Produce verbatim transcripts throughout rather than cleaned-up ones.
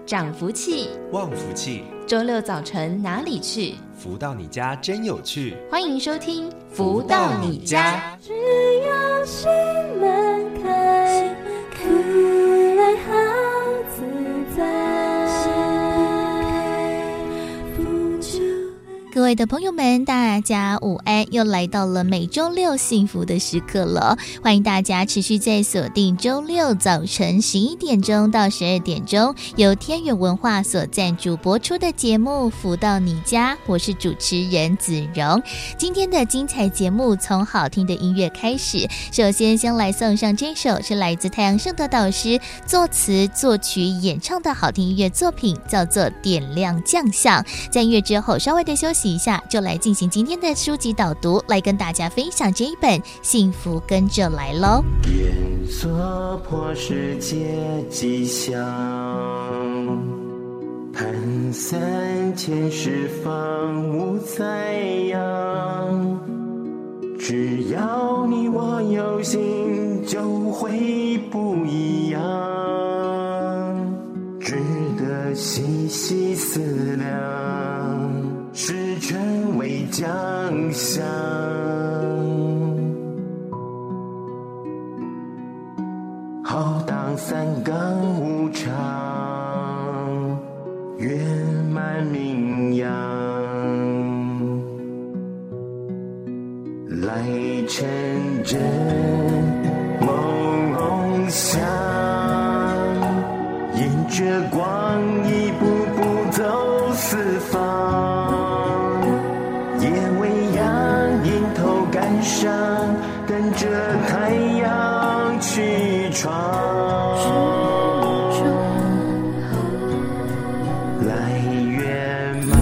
长福气， 旺福气。 周六早晨哪里去？ 福到你家真有趣。 欢迎收听福到你家。 只要心门开，可爱好自在。 各位的朋友们，大家午安，又来到了每周六幸福的时刻了。欢迎大家持续在锁定周六早晨十一点钟到十二点钟，由天远文化所赞助播出的节目《福到你家》，我是主持人子荣。今天的精彩节目从好听的音乐开始，首先先来送上这首是来自太阳圣德导师作词作曲演唱的好听音乐作品，叫做《点亮将相》。在音乐之后稍微的休息一下，就来进行今天的书籍导读，来跟大家分享这一本《幸福跟着来》咯。 演说破世界吉祥，盘散前世方无灾殃，只要你我有心就会不一样，值得细细思量，是成为将相。浩荡三纲无常，圆满名扬，来成真梦想，迎着光一步步走四方，夜未央迎头赶上，跟着太阳去闯，来圆满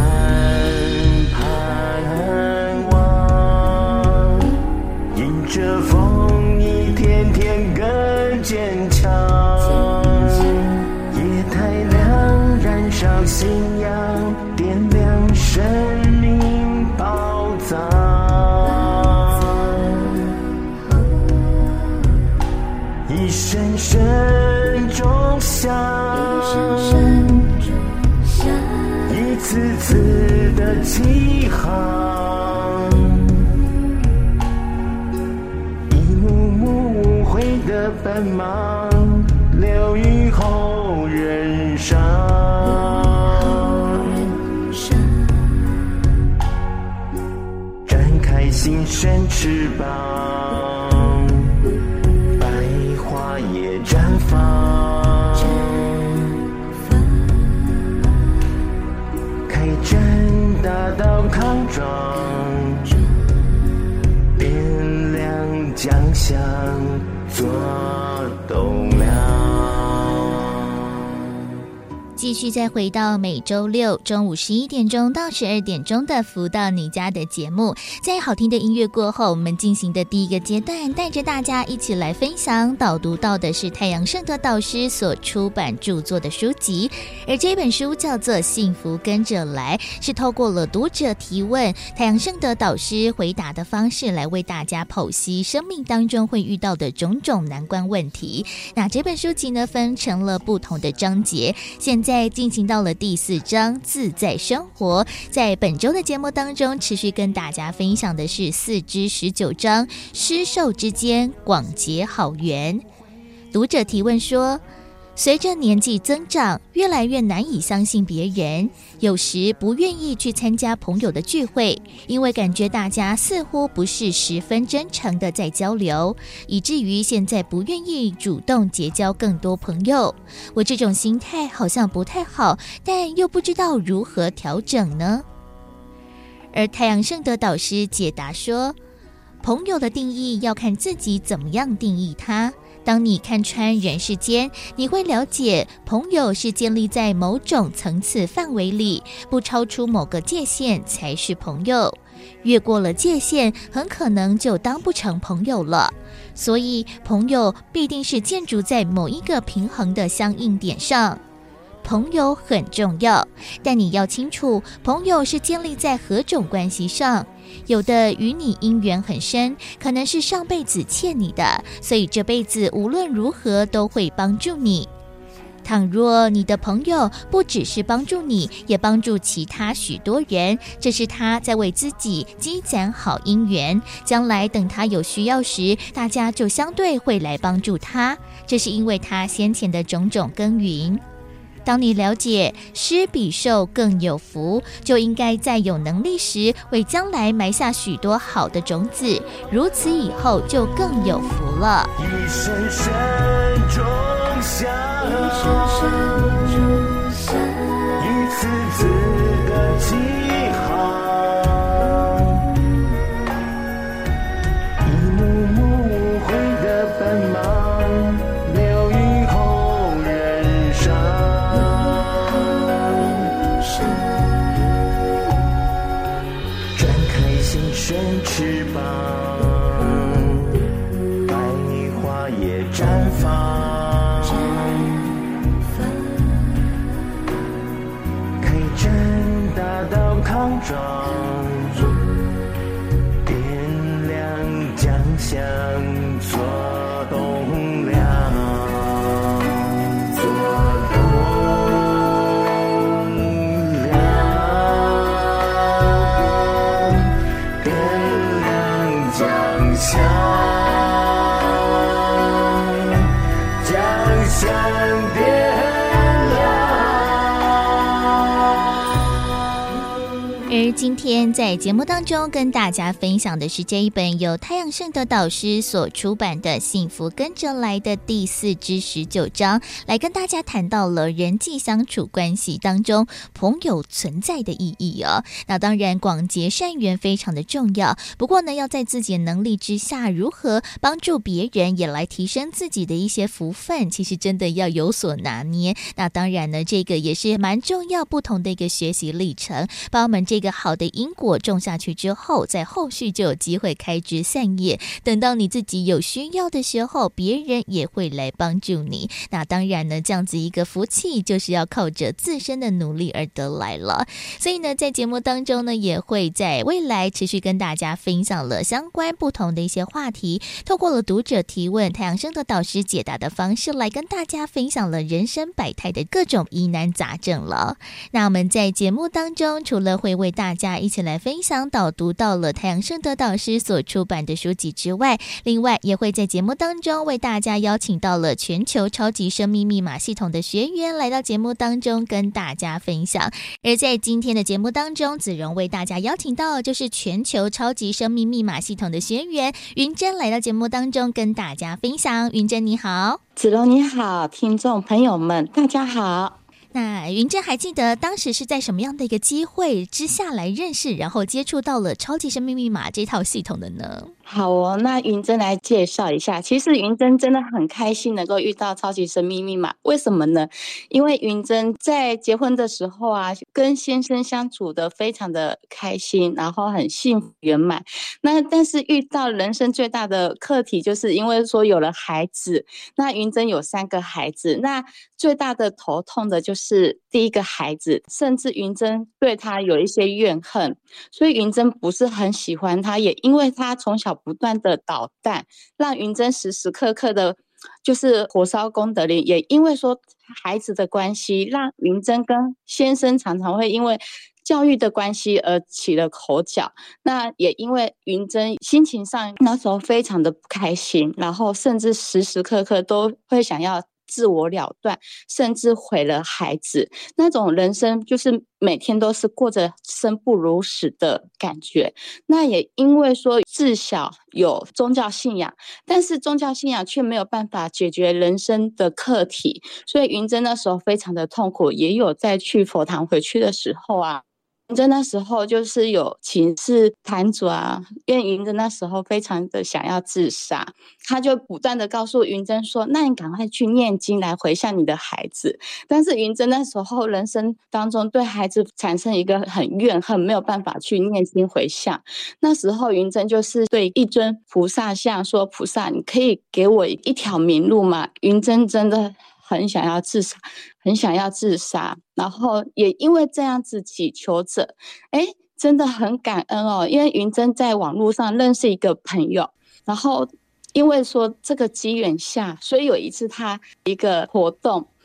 盼望，迎着风一天天更坚强，夜太亮燃烧信仰，点亮生命宝藏，一生生种下，一次次的起航，一幕幕无悔的奔忙，留于后人上，展开新生翅膀，也绽放，开展大道康庄，点亮将相，做栋梁。 继续再回到每周六中午十一点钟到十二点钟的福到你家的节目，在好听的音乐过后，我们进行的第一个阶段，带着大家一起来分享导读到的是太阳圣德导师所出版著作的书籍，而这本书叫做《幸福跟着来》，是透过了读者提问，太阳圣德导师回答的方式来为大家剖析生命当中会遇到的种种难关问题。那这本书籍呢，分成了不同的章节，现在进行到了第四章自在生活。在本周的节目当中，持续跟大家分享的是四至十九章施受之间广结好缘。读者提问说，随着年纪增长，越来越难以相信别人，有时不愿意去参加朋友的聚会，因为感觉大家似乎不是十分真诚的在交流，以至于现在不愿意主动结交更多朋友。我这种心态好像不太好，但又不知道如何调整呢？而太阳圣德导师解答说，朋友的定义要看自己怎么样定义它。当你看穿人世间，你会了解朋友是建立在某种层次范围里，不超出某个界限才是朋友，越过了界限很可能就当不成朋友了。所以朋友必定是建筑在某一个平衡的相应点上。朋友很重要，但你要清楚朋友是建立在何种关系上。有的与你因缘很深，可能是上辈子欠你的，所以这辈子无论如何都会帮助你。 倘若你的朋友不只是帮助你，也帮助其他许多人，这是他在为自己积攒好姻缘，将来等他有需要时，大家就相对会来帮助他，这是因为他先前的种种耕耘。当你了解施比受更有福，就应该在有能力时为将来埋下许多好的种子，如此以后就更有福了。 一声声种下，一次次的记号，一幕幕无悔的奔忙，留于后人上。展开新生翅膀，百花也绽放，开展大道康庄，点亮江乡做栋梁，做栋梁，点亮江乡，江乡点而今天在节目当中跟大家分享的是这一本由太阳盛德导师所出版的《幸福跟着来的》第四至十九章，来跟大家谈到了人际相处关系当中朋友存在的意义哦。那当然广结善缘非常的重要，不过呢要在自己的能力之下如何帮助别人也来提升自己的一些福分，其实真的要有所拿捏。那当然呢这个也是蛮重要不同的一个学习历程，把我们这个好的因果种下去之后，在后续就有机会开枝散叶，等到你自己有需要的时候，别人也会来帮助你。那当然呢这样子一个福气就是要靠着自身的努力而得来了。所以呢在节目当中呢也会在未来持续跟大家分享了相关不同的一些话题，透过了读者提问，太阳盛德导师解答的方式来跟大家分享了人生百态的各种疑难杂症了。那我们在节目当中除了会为大家一起来分享导读到了太阳盛德导师所出版的书籍之外，另外也会在节目当中为大家邀请到了全球超级生命密码系统的学员来到节目当中跟大家分享。而在今天的节目当中，子荣为大家邀请到就是全球超级生命密码系统的学员云珍来到节目当中跟大家分享。云珍你好。 子荣你好，听众朋友们大家好。 那云珍还记得当时是在什么样的一个机会之下来认识然后接触到了超级生命密码这套系统的呢？ 好哦，那云珍来介绍一下。其实云珍真的很开心能够遇到超级生命密码，为什么呢？因为云珍在结婚的时候啊，跟先生相处的非常的开心，然后很幸福圆满。那但是遇到人生最大的课题，就是因为说有了孩子，那云珍有三个孩子，那最大的头痛的就是第一个孩子，甚至云珍对他有一些怨恨，所以云珍不是很喜欢他，也因为他从小不断的捣蛋，让云珍时时刻刻的就是火烧功德林，也因为说孩子的关系，让云珍跟先生常常会因为教育的关系而起了口角。那也因为云珍心情上那时候非常的不开心，然后甚至时时刻刻都会想要自我了断，甚至毁了孩子，那种人生就是每天都是过着生不如死的感觉。那也因为说自小有宗教信仰，但是宗教信仰却没有办法解决人生的课题，所以云珍那时候非常的痛苦。也有在去佛堂回去的时候啊，云珍那时候就是有请示坛主啊，因为云珍那时候非常的想要自杀，他就不断的告诉云珍说，那你赶快去念经来回向你的孩子。但是云珍那时候人生当中对孩子产生一个很怨恨，没有办法去念经回向。那时候云珍就是对一尊菩萨像说，菩萨你可以给我一条明路吗？云珍真的很想要自杀，很想要自杀。然后也因为这样子祈求者，哎，真的很感恩哦。因为云珍在网络上认识一个朋友，然后因为说这个机缘下，所以有一次他一个活动，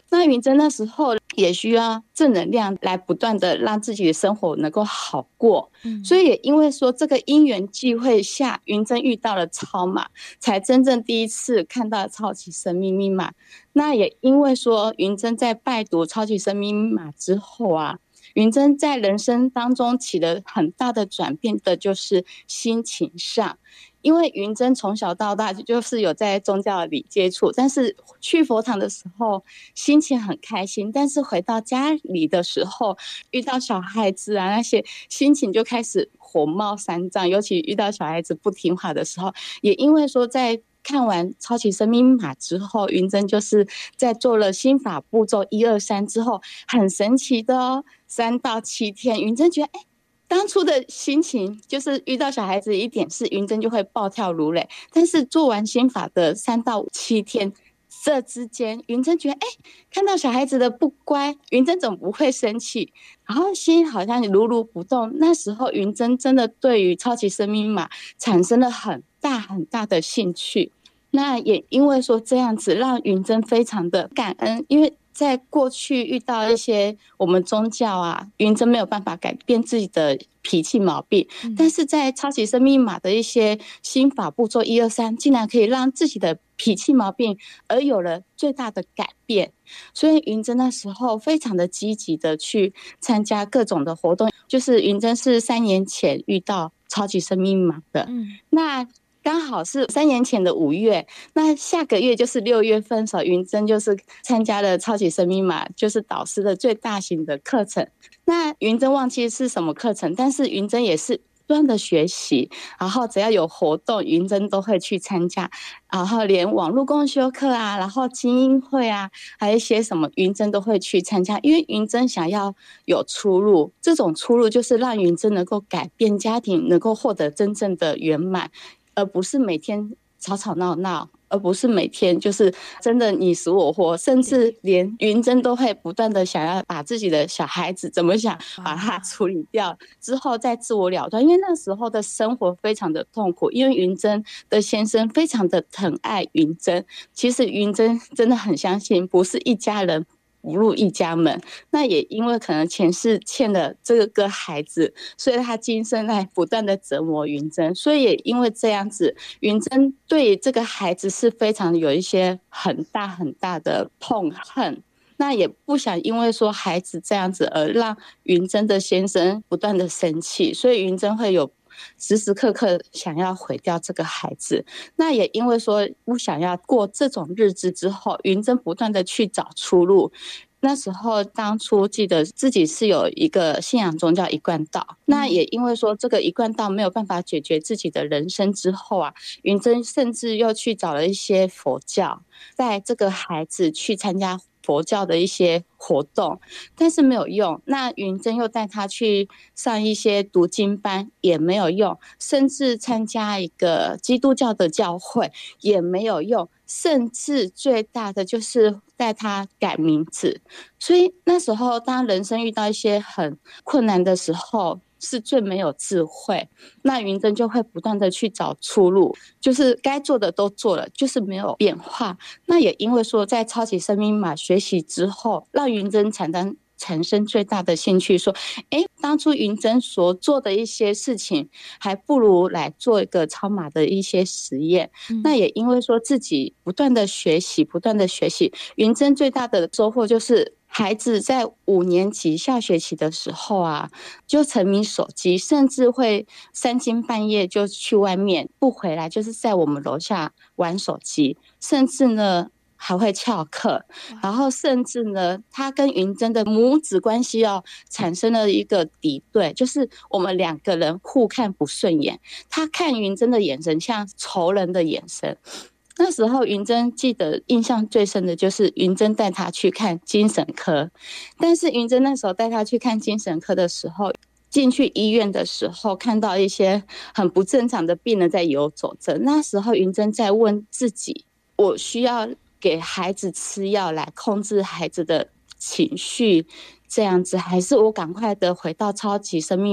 那云珍那时候也需要正能量来不断的让自己的生活能够好过，嗯、所以也因为说这个因缘际会下，云珍遇到了超码，才真正第一次看到超级生命密码。那也因为说云珍在拜读超级生命密码之后啊，云珍在人生当中起了很大的转变的就是心情上。因为云珍从小到大就是有在宗教里接触，但是去佛堂的时候心情很开心，但是回到家里的时候遇到小孩子啊，那些心情就开始火冒三丈，尤其遇到小孩子不听话的时候，也因为说在看完超级生命密码之后，云珍就是在做了心法步骤一二三之后，很神奇的哦，三到七天，云珍觉得哎。当初的心情就是遇到小孩子一点事，云珍就会暴跳如雷。但是做完心法的三到七天，这之间，云珍觉得，哎，看到小孩子的不乖，云珍怎么不会生气？然后心好像如如不动。那时候，云珍真的对于超级生命密码产生了很大很大的兴趣。那也因为说这样子，让云珍非常的感恩，因为在过去遇到一些我们宗教啊，云珍没有办法改变自己的脾气毛病，嗯、但是在超级生命密码的一些心法步骤一二三，竟然可以让自己的脾气毛病而有了最大的改变。所以云珍那时候非常的积极的去参加各种的活动，就是云珍是三年前遇到超级生命密码的，嗯、那刚好是三年前的五月，那下个月就是六月份的时候，云珍就是参加了超级生命密码，就是导师的最大型的课程。那云珍忘记是什么课程，但是云珍也是不断的学习，然后只要有活动，云珍都会去参加，然后连网络共修课啊，然后精英会啊，还有一些什么云珍都会去参加，因为云珍想要有出路，这种出路就是让云珍能够改变家庭，能够获得真正的圆满。而不是每天吵吵闹闹，而不是每天就是真的你死我活，甚至连云珍都会不断的想要把自己的小孩子怎么想把它处理掉，之后再自我了断。因为那时候的生活非常的痛苦，因为云珍的先生非常的疼爱云珍，其实云珍真的很相信不是一家人不入一家门。那也因为可能前世欠了这个孩子，所以他今生来不断的折磨云珍，所以也因为这样子，云珍对这个孩子是非常有一些很大很大的痛恨。那也不想因为说孩子这样子而让云珍的先生不断的生气，所以云珍会有时时刻刻想要毁掉这个孩子。那也因为说不想要过这种日子之后，云珍不断的去找出路。那时候当初记得自己是有一个信仰宗教一贯道，那也因为说这个一贯道没有办法解决自己的人生之后啊，云珍甚至又去找了一些佛教，带这个孩子去参加佛教的一些活动，但是没有用。那云珍又带他去上一些读经班，也没有用，甚至参加一个基督教的教会也没有用，甚至最大的就是带他改名字。所以那时候当人生遇到一些很困难的时候，是最没有智慧，那云珍就会不断的去找出路，就是该做的都做了，就是没有变化。那也因为说在超级生命密码学习之后，让云珍产生产生最大的兴趣，说诶当初云珍所做的一些事情还不如来做一个超码的一些实验、嗯、那也因为说自己不断的学习不断的学习，云珍最大的收获就是孩子在五年级下学期的时候啊，就沉迷手机，甚至会三更半夜就去外面不回来，就是在我们楼下玩手机，甚至呢还会翘课，然后甚至呢他跟云珍的母子关系哦产生了一个敌对，就是我们两个人互看不顺眼，他看云珍的眼神像仇人的眼神。那时候云珍记得印象最深的就是云珍带他去看精神科，但是云珍那时候带他去看精神科的时候，进去医院的时候看到一些很不正常的病人在游走着，那时候云珍在问自己，我需要给孩子吃药来控制孩子的情绪这样子，还是我赶快的回到超级生命密码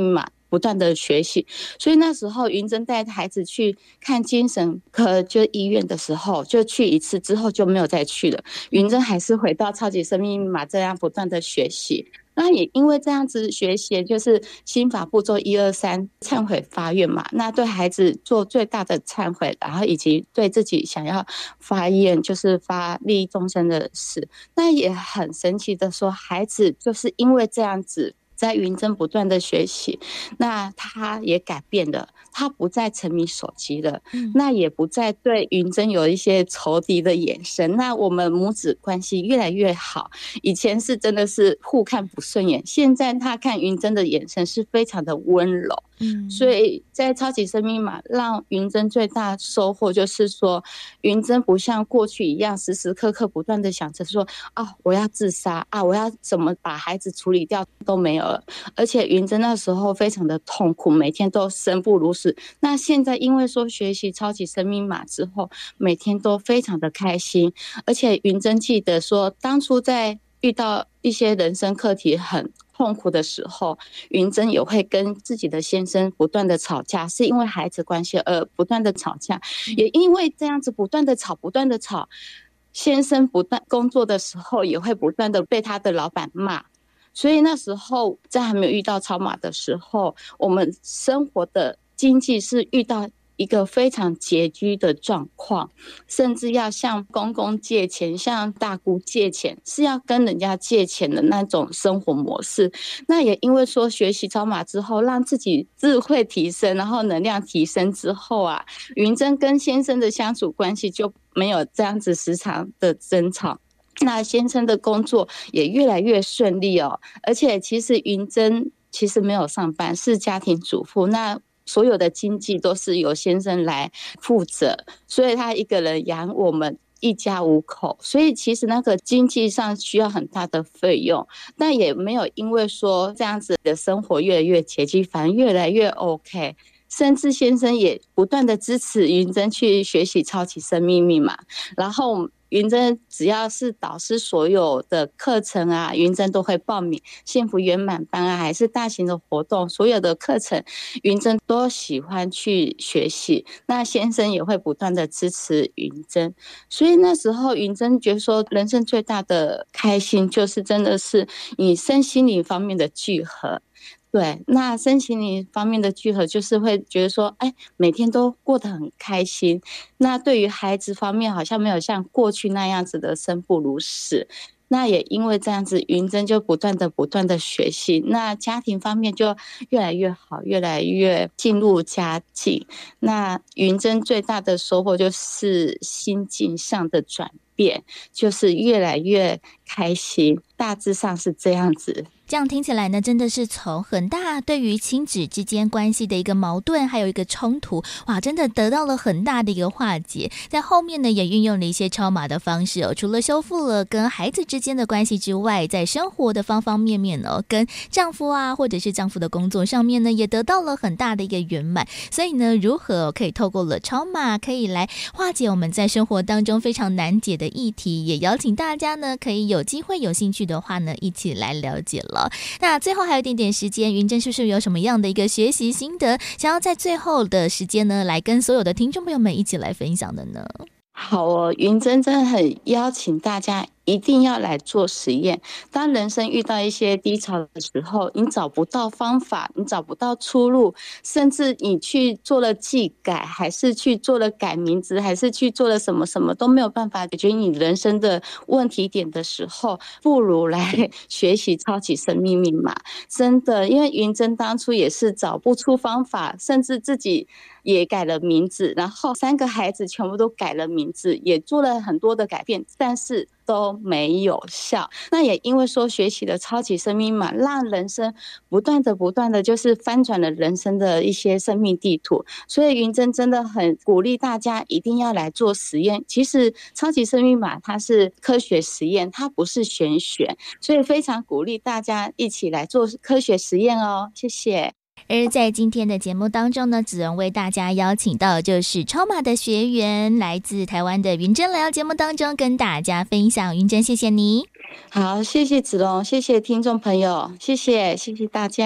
不断的学习。所以那时候云珍带孩子去看精神科就医院的时候，就去一次之后就没有再去了。云珍还是回到超级生命密码这样不断的学习。那也因为这样子学习，就是心法步骤一二三忏悔发愿嘛，那对孩子做最大的忏悔，然后以及对自己想要发愿，就是发利益众生的事。那也很神奇的说，孩子就是因为这样子在云珍不断的学习，那他也改变了，他不再沉迷手机了、嗯、那也不再对云珍有一些仇敌的眼神，那我们母子关系越来越好。以前是真的是互看不顺眼，现在他看云珍的眼神是非常的温柔。嗯，所以在超级生命码让云珍最大收获就是说，云珍不像过去一样时时刻刻不断的想着说啊我要自杀啊我要怎么把孩子处理掉，都没有了。而且云珍那时候非常的痛苦，每天都生不如死。那现在因为说学习超级生命码之后，每天都非常的开心。而且云珍记得说，当初在遇到一些人生课题很痛苦的时候，云珍也会跟自己的先生不断的吵架，是因为孩子关系而不断的吵架，也因为这样子不断的吵不断的吵，先生不断工作的时候也会不断的被他的老板骂。所以那时候在还没有遇到超码的时候，我们生活的经济是遇到一个非常拮据的状况，甚至要向公公借钱，向大姑借钱，是要跟人家借钱的那种生活模式。那也因为说学习超码之后，让自己智慧提升，然后能量提升之后啊，云珍跟先生的相处关系就没有这样子时常的争吵。那先生的工作也越来越顺利哦，而且其实云珍其实没有上班，是家庭主妇，那所有的经济都是由先生来负责，所以他一个人养我们一家五口，所以其实那个经济上需要很大的费用，但也没有因为说这样子的生活越来越拮据，反而越来越 OK。甚至先生也不断的支持云珍去学习超级生命密码，然后云珍只要是导师所有的课程啊，云珍都会报名，幸福圆满班啊，还是大型的活动，所有的课程云珍都喜欢去学习。那先生也会不断的支持云珍，所以那时候云珍觉得说，人生最大的开心就是真的是你身心灵方面的聚合。对，那身心灵方面的聚合就是会觉得说，哎，每天都过得很开心。那对于孩子方面，好像没有像过去那样子的生不如死。那也因为这样子，云珍就不断的不断的学习，那家庭方面就越来越好，越来越进入佳境。那云珍最大的收获就是心境上的转变，就是越来越开心，大致上是这样子。 这样听起来呢，真的是从很大对于亲子之间关系的一个矛盾，还有一个冲突，哇，真的得到了很大的一个化解。在后面呢，也运用了一些超码的方式哦，除了修复了跟孩子之间的关系之外，在生活的方方面面哦，跟丈夫啊，或者是丈夫的工作上面呢，也得到了很大的一个圆满。所以呢，如何可以透过了超码，可以来化解我们在生活当中非常难解的议题，也邀请大家呢，可以有机会有兴趣的话呢，一起来了解了。那最后还有一点点时间，云珍是不是有什么样的一个学习心得，想要在最后的时间呢，来跟所有的听众朋友们一起来分享的呢？ 好哦，云珍真的很邀请大家一定要来做实验。当人生遇到一些低潮的时候，你找不到方法，你找不到出路，甚至你去做了技改，还是去做了改名字，还是去做了什么什么都没有办法解决你人生的问题点的时候，不如来学习超级生命密码。真的，因为云珍当初也是找不出方法，甚至自己也改了名字，然后三个孩子全部都改了名字，也做了很多的改变，但是都没有效。那也因为说学习的超级生命码，让人生不断的不断的就是翻转了人生的一些生命地图。所以云珍真的很鼓励大家一定要来做实验。其实超级生命码它是科学实验，它不是玄学，所以非常鼓励大家一起来做科学实验哦。谢谢。 而在今天的节目当中呢，子荣为大家邀请到就是超码的学员，来自台湾的云珍来到节目当中跟大家分享。云珍，谢谢你。 好，谢谢子荣，谢谢听众朋友，谢谢谢谢大家。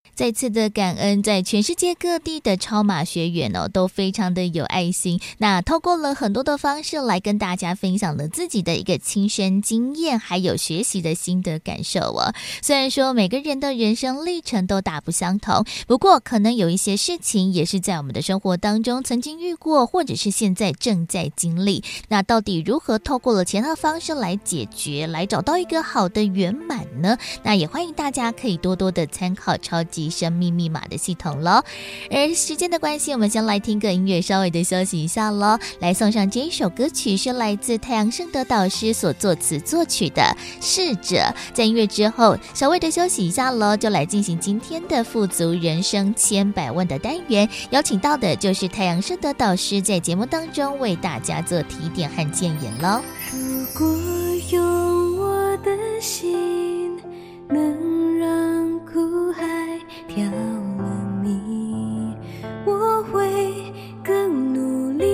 再次的感恩，在全世界各地的超马学员哦，都非常的有爱心。那透过了很多的方式来跟大家分享了自己的一个亲身经验，还有学习的心得感受哦。虽然说每个人的人生历程都大不相同，不过可能有一些事情也是在我们的生活当中曾经遇过，或者是现在正在经历。那到底如何透过了其他方式来解决，来找到一个好的圆满呢？那也欢迎大家可以多多的参考超级生命密码的系统咯。而时间的关系，我们先来听个音乐，稍微的休息一下咯。来送上这一首歌曲，是来自太阳圣德导师所作词作曲的《逝者》。在音乐之后稍微的休息一下咯，就来进行今天的富足人生千百问的单元。邀请到的就是太阳圣德导师，在节目当中为大家做提点和建言咯。 如果用我的心能让苦海跳了你，我会更努力，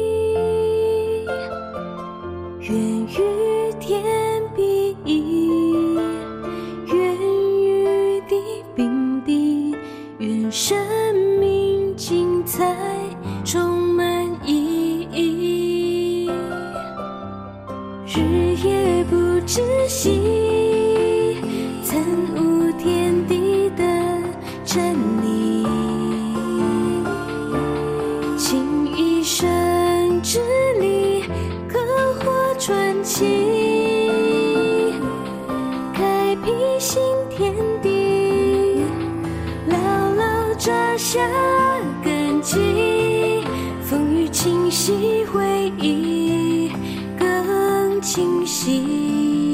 愿与天比翼，愿与地并蒂，愿生命精彩充满意义，日夜不止息，参悟天地的真理，倾一生之力刻画传奇，开辟新天地，牢牢扎下根基，风雨清晰，回忆更清晰。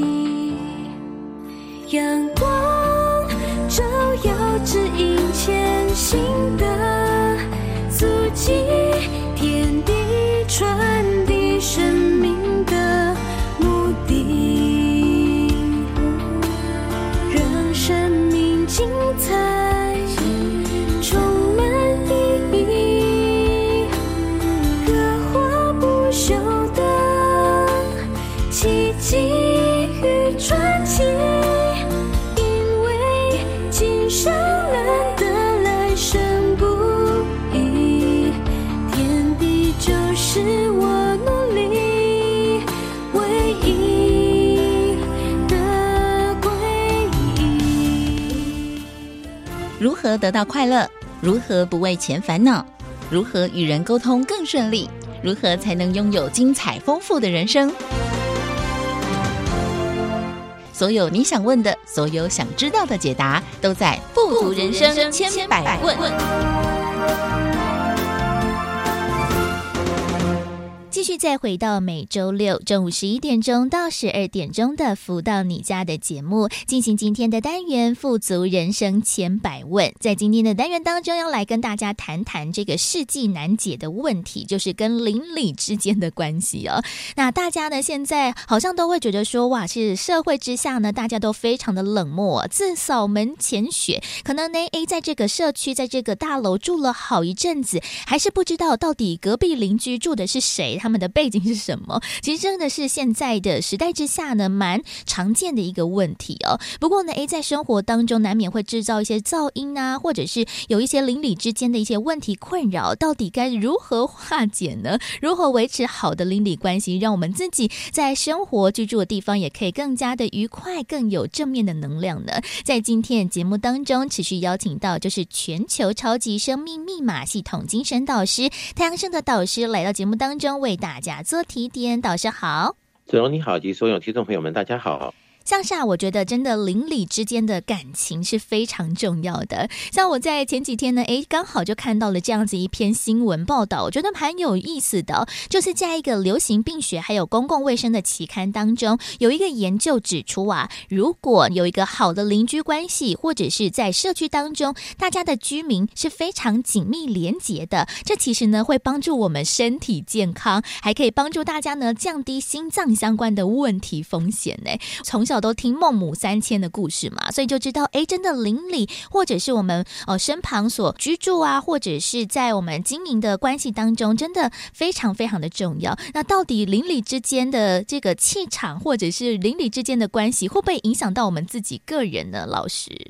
阳光照耀，指引前行的足迹，天地传递生命的目的，让生命精彩充满意义，刻画不朽的奇迹与传奇，因为今生难得来生不易，天地就是我努力唯一的归依。 如何得到快乐？如何不为钱烦恼？如何与人沟通更顺利？如何才能拥有精彩丰富的人生？所有你想问的，所有想知道的解答，都在富足人生千百问。 继续再回到每周六中午十一点钟到十二点钟的福到你家的节目，进行今天的单元富足人生千百问。在今天的单元当中，要来跟大家谈谈这个世纪难解的问题，就是跟邻里之间的关系哦。那大家呢现在好像都会觉得说，哇，是社会之下呢大家都非常的冷漠，自扫门前雪。可能呢 A 在这个社区，在这个大楼住了好一阵子，还是不知道到底隔壁邻居住的是谁，他们的背景是什么。其实真的是现在的时代之下呢蛮常见的一个问题哦。不过呢 A 在生活当中难免会制造一些噪音啊，或者是有一些邻里之间的一些问题困扰，到底该如何化解呢？如何维持好的邻里关系，让我们自己在生活居住的地方也可以更加的愉快，更有正面的能量呢？在今天的节目当中持续邀请到就是全球超级生命密码系统精神导师太阳圣的导师来到节目当中为大家做提点。导师好。 子荣你好，及所有听众朋友们大家好。 像是啊，我觉得真的邻里之间的感情是非常重要的。像我在前几天呢，诶，刚好就看到了这样子一篇新闻报道，我觉得蛮有意思的。就是在一个流行病学还有公共卫生的期刊当中，有一个研究指出啊，如果有一个好的邻居关系，或者是在社区当中大家的居民是非常紧密连结的，这其实呢会帮助我们身体健康，还可以帮助大家呢降低心脏相关的问题风险呢。从小都听孟母三迁的故事嘛，所以就知道诶，真的邻里或者是我们呃身旁所居住啊，或者是在我们经营的关系当中，真的非常非常的重要。那到底邻里之间的这个气场，或者是邻里之间的关系，会不会影响到我们自己个人呢？老师，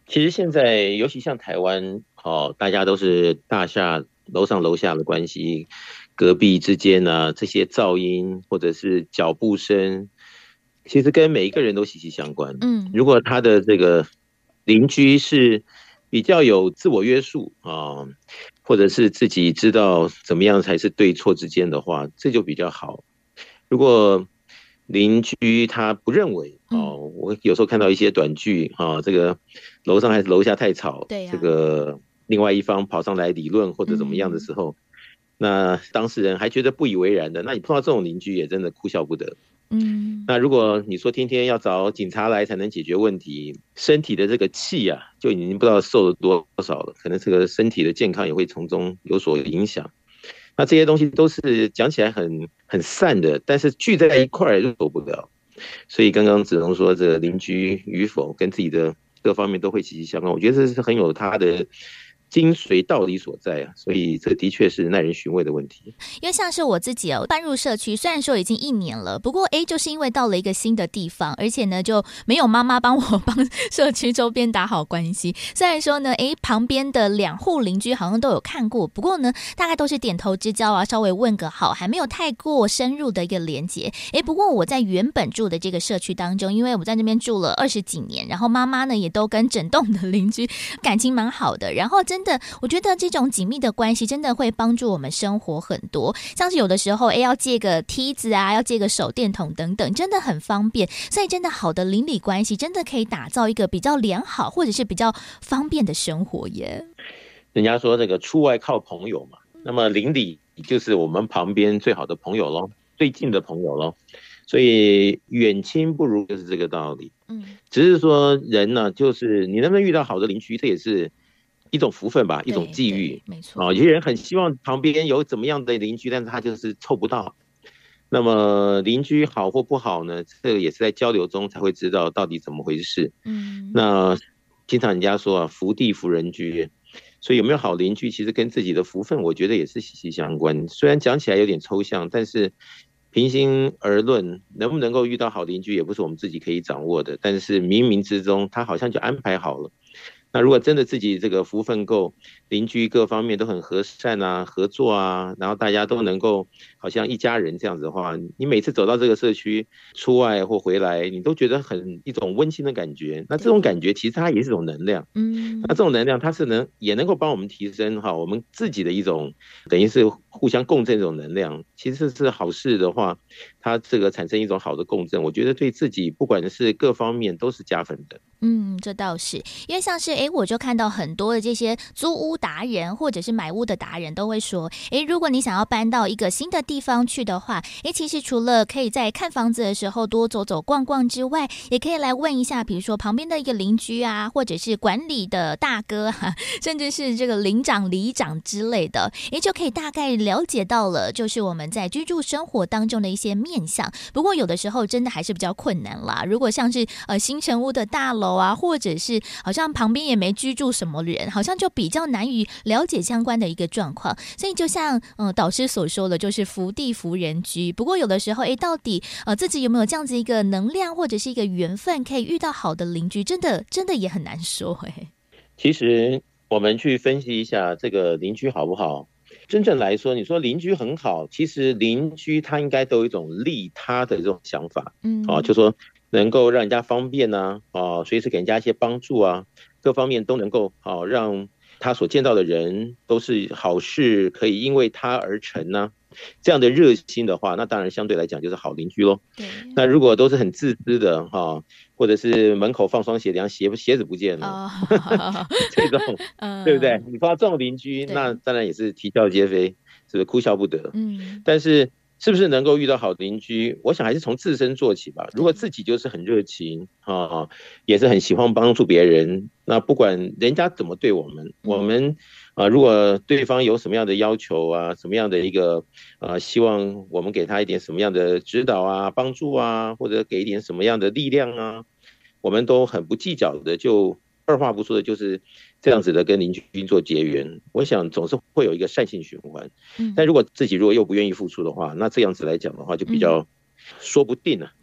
其实现在尤其像台湾，哦，大家都是大厦楼上楼下的关系，隔壁之间啊，这些噪音或者是脚步声，其实跟每一个人都息息相关。 嗯， 如果他的这个邻居是比较有自我约束啊，或者是自己知道怎么样才是对错之间的话，这就比较好。如果邻居他不认为哦，我有时候看到一些短剧啊，这个楼上还是楼下太吵， 对啊， 这个另外一方跑上来理论或者怎么样的时候，嗯，那当事人还觉得不以为然的，那你碰到这种邻居也真的哭笑不得。 嗯， 那如果你说天天要找警察来才能解决问题，身体的这个气啊，就已经不知道受了多少了，可能这个身体的健康也会从中有所影响。那这些东西都是讲起来很很散的，但是聚在一块就走不了。所以刚刚子龙说，这个邻居与否跟自己的各方面都会息息相关，我觉得这是很有他的精髓道理所在啊，所以这的确是耐人寻味的问题。 因为像是我自己哦，搬入社区，虽然说已经一年了，不过哎，就是因为到了一个新的地方，而且呢就没有妈妈帮我帮社区周边打好关系。虽然说呢，哎，旁边的两户邻居好像都有看过，不过呢，大概都是点头之交啊，稍微问个好，还没有太过深入的一个连结。哎，不过我在原本住的这个社区当中，因为我在那边住了二十几年，然后妈妈呢也都跟整栋的邻居感情蛮好的，然后真的，我觉得这种紧密的关系真的会帮助我们生活很多，像是有的时候哎，要借个梯子啊，要借个手电筒等等，真的很方便。所以真的好的邻里关系真的可以打造一个比较良好或者是比较方便的生活耶。 人家说这个出外靠朋友嘛，那么邻里就是我们旁边最好的朋友咯，最近的朋友咯，所以远亲不如就是这个道理。嗯，只是说人呢，就是你能不能遇到好的邻居，这也是一种福分吧，一种际遇。 没错， 哦，有些人很希望旁边有怎么样的邻居，但是他就是凑不到。那么邻居好或不好呢，这个也是在交流中才会知道到底怎么回事。嗯，那经常人家说啊，福地福人居，所以有没有好邻居，其实跟自己的福分，我觉得也是息息相关。虽然讲起来有点抽象，但是平心而论，能不能够遇到好邻居，也不是我们自己可以掌握的。但是冥冥之中，他好像就安排好了。那如果真的自己这个福分够，邻居各方面都很和善啊，合作啊，然后大家都能够好像一家人这样子的话，你每次走到这个社区出外或回来，你都觉得很一种温馨的感觉。那这种感觉其实它也是一种能量，嗯，那这种能量它是能也能够帮我们提升哈我们自己的一种等于是互相共振这种能量。其实是好事的话，它这个产生一种好的共振，我觉得对自己不管是各方面都是加分的。 嗯，这倒是，因为像是哎，我就看到很多的这些租屋达人或者是买屋的达人都会说，哎，如果你想要搬到一个新的地方去的话，哎，其实除了可以在看房子的时候多走走逛逛之外，也可以来问一下，比如说旁边的一个邻居啊，或者是管理的大哥啊，甚至是这个邻长、里长之类的，哎，就可以大概了解到了，就是我们在居住生活当中的一些面向。不过有的时候真的还是比较困难啦，如果像是呃新成屋的大楼啊，或者是好像旁边也没居住什么人，好像就比较难于了解相关的一个状况。所以就像呃导师所说的，就是福地福人居。不过有的时候哎，到底呃自己有没有这样子一个能量或者是一个缘分可以遇到好的邻居，真的真的也很难说哎。 其实我们去分析一下这个邻居好不好，真正来说，你说邻居很好，其实邻居他应该都有一种利他的这种想法，嗯，哦，就说能够让人家方便啊，哦，随时给人家一些帮助啊，各方面都能够哦让他所见到的人都是好事，可以因为他而成呢、啊。这样的热心的话，那当然相对来讲就是好邻居咯。那如果都是很自私的哈、哦，或者是门口放双鞋，然后鞋鞋子不见了，哦、这种、呃、对不对？你发这种邻居，那当然也是啼笑皆非，是不是哭笑不得？嗯，但是是不是能够遇到好邻居，我想还是从自身做起吧。如果自己就是很热情啊、哦，也是很喜欢帮助别人，那不管人家怎么对我们，我们。啊，如果对方有什么样的要求啊，什么样的一个呃，希望我们给他一点什么样的指导啊、帮助啊，或者给一点什么样的力量啊，我们都很不计较的，就二话不说的，就是这样子的跟邻居做结缘。我想总是会有一个善性循环。嗯，但如果自己如果又不愿意付出的话，那这样子来讲的话，就比较。说不定啊，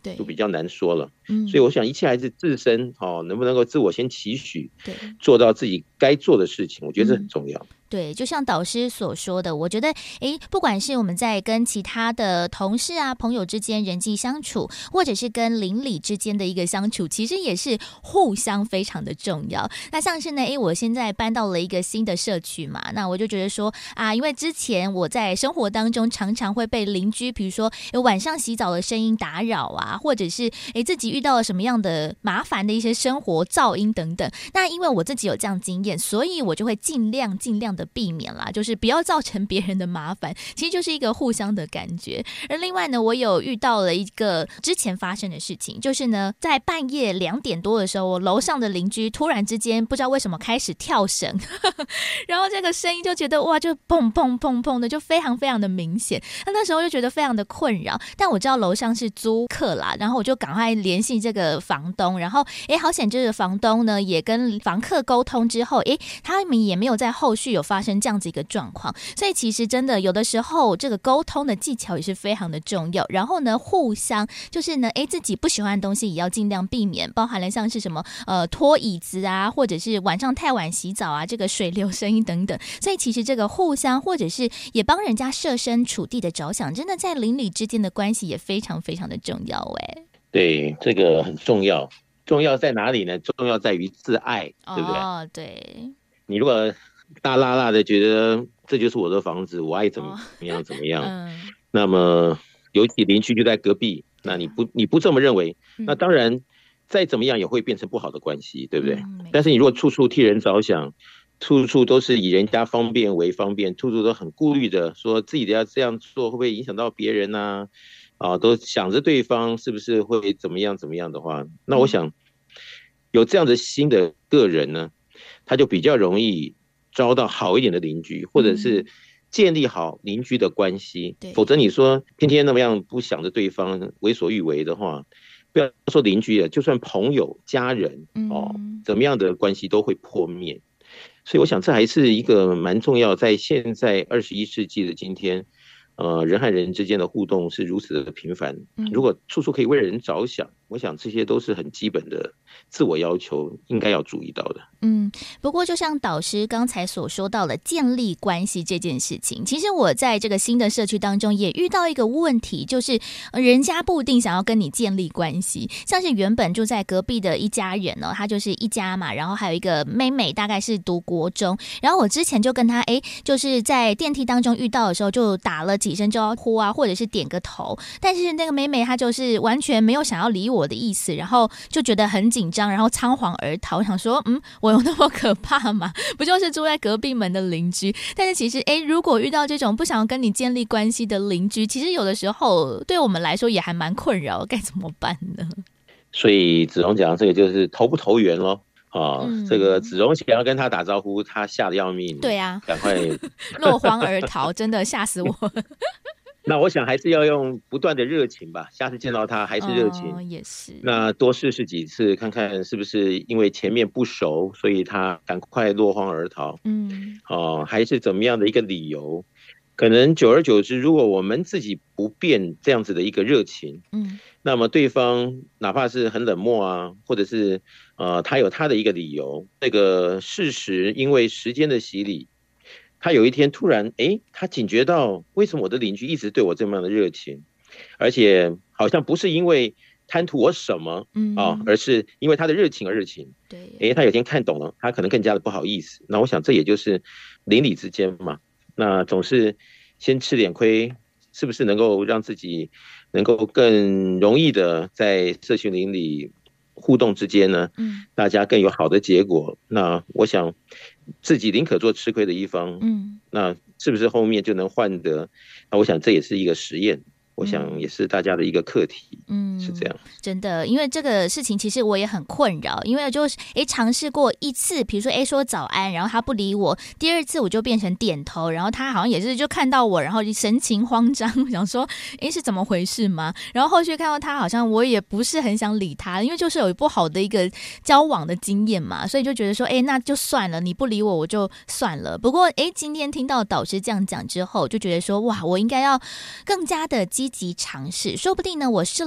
对，就比较难说了。 嗯， 所以我想一切还是自身哦，能不能够自我先期许， 对， 做到自己该做的事情，我觉得这很重要。嗯， 对，就像导师所说的，我觉得诶，不管是我们在跟其他的同事啊、朋友之间人际相处，或者是跟邻里之间的一个相处，其实也是互相非常的重要。那像是呢，诶，我现在搬到了一个新的社区嘛，那我就觉得说啊，因为之前我在生活当中常常会被邻居，比如说有晚上洗澡的声音打扰啊，或者是诶自己遇到了什么样的麻烦的一些生活噪音等等。那因为我自己有这样经验，所以我就会尽量尽量的避免啦，就是不要造成别人的麻烦，其实就是一个互相的感觉。而另外呢，我有遇到了一个之前发生的事情，就是呢，在半夜两点多的时候，我楼上的邻居突然之间不知道为什么开始跳绳，然后这个声音就觉得哇，就砰砰砰砰的，就非常非常的明显。那那时候就觉得非常的困扰，但我知道楼上是租客啦，然后我就赶快联系这个房东，然后诶，好险这个房东呢也跟房客沟通之后，诶，他们也没有在后续有发生这样子一个状况。所以其实真的有的时候这个沟通的技巧也是非常的重要，然后呢互相就是呢，诶，自己不喜欢的东西也要尽量避免，包含了像是什么呃拖椅子啊，或者是晚上太晚洗澡啊，这个水流声音等等。所以其实这个互相或者是也帮人家设身处地的着想，真的在邻里之间的关系也非常非常的重要。哎， 对，这个很重要。重要在哪里呢？重要在于自爱，对不对？ 哦，对。 你如果大辣辣的觉得这就是我的房子，我爱怎么样怎么样，嗯，那么尤其邻居就在隔壁，那你不你不这么认为，嗯，那当然再怎么样也会变成不好的关系，对不对？嗯，但是你如果处处替人着想，处处都是以人家方便为方便，处处都很顾虑的说自己的要这样做会不会影响到别人啊？啊，都想着对方是不是会怎么样怎么样的话，那我想有这样的心的个人呢，他就比较容易招到好一点的邻居，或者是建立好邻居的关系。嗯，否则你说天天那么样不想着对方为所欲为的话，不要说邻居了，就算朋友家人哦，怎么样的关系都会破灭。所以我想这还是一个蛮重要，在现在二十一世纪的今天，呃，人和人之间的互动是如此的频繁，如果处处可以为人着想，我想这些都是很基本的自我要求，应该要注意到的。 嗯，不过就像导师刚才所说到的建立关系这件事情，其实我在这个新的社区当中也遇到一个问题，就是人家不一定想要跟你建立关系。像是原本住在隔壁的一家人呢，他就是一家嘛，然后还有一个妹妹大概是读国中，然后我之前就跟他诶就是在电梯当中遇到的时候就打了几声招呼啊，或者是点个头，但是那个妹妹她就是完全没有想要理我的意思，然后就觉得很紧张，然后仓皇而逃。我想说嗯，我有那么可怕吗？不就是住在隔壁门的邻居？但是其实诶，如果遇到这种不想要跟你建立关系的邻居，其实有的时候对我们来说也还蛮困扰，该怎么办呢？ 所以子荣讲这个就是投不投缘咯。啊、嗯，这个子荣想要跟他打招呼，他吓得要命。 对啊， 赶快落荒而逃，真的吓死我。 那我想还是要用不断的热情吧，下次见到他还是热情， 哦，也是。 那多试试几次，看看是不是因为前面不熟，所以他赶快落荒而逃。嗯，哦，还是怎么样的一个理由？可能久而久之，如果我们自己不变这样子的一个热情，嗯，那么对方哪怕是很冷漠啊，或者是呃他有他的一个理由，这个事实因为时间的洗礼，他有一天突然诶他警觉到为什么我的邻居一直对我这么样的热情，而且好像不是因为贪图我什么，嗯啊，而是因为他的热情而热情。对，诶他有一天看懂了，他可能更加的不好意思。那我想这也就是邻里之间嘛，那总是先吃点亏，是不是能够让自己能够更容易的在社群邻里互动之间呢，嗯，大家更有好的结果。那我想自己宁可做吃亏的一方，嗯，那是不是后面就能换得？那我想这也是一个实验。我想也是大家的一个课题，嗯，是这样。 真的，因为这个事情其实我也很困扰，因为就是诶尝试过一次，比如说诶说早安，然后他不理我，第二次我就变成点头，然后他好像也是就看到我，然后神情慌张，想说诶是怎么回事吗？然后后续看到他好像我也不是很想理他，因为就是有不好的一个交往的经验嘛，所以就觉得说诶那就算了，你不理我我就算了。不过诶今天听到导师这样讲之后，就觉得说哇我应该要更加的积极尝试，说不定呢我试了一次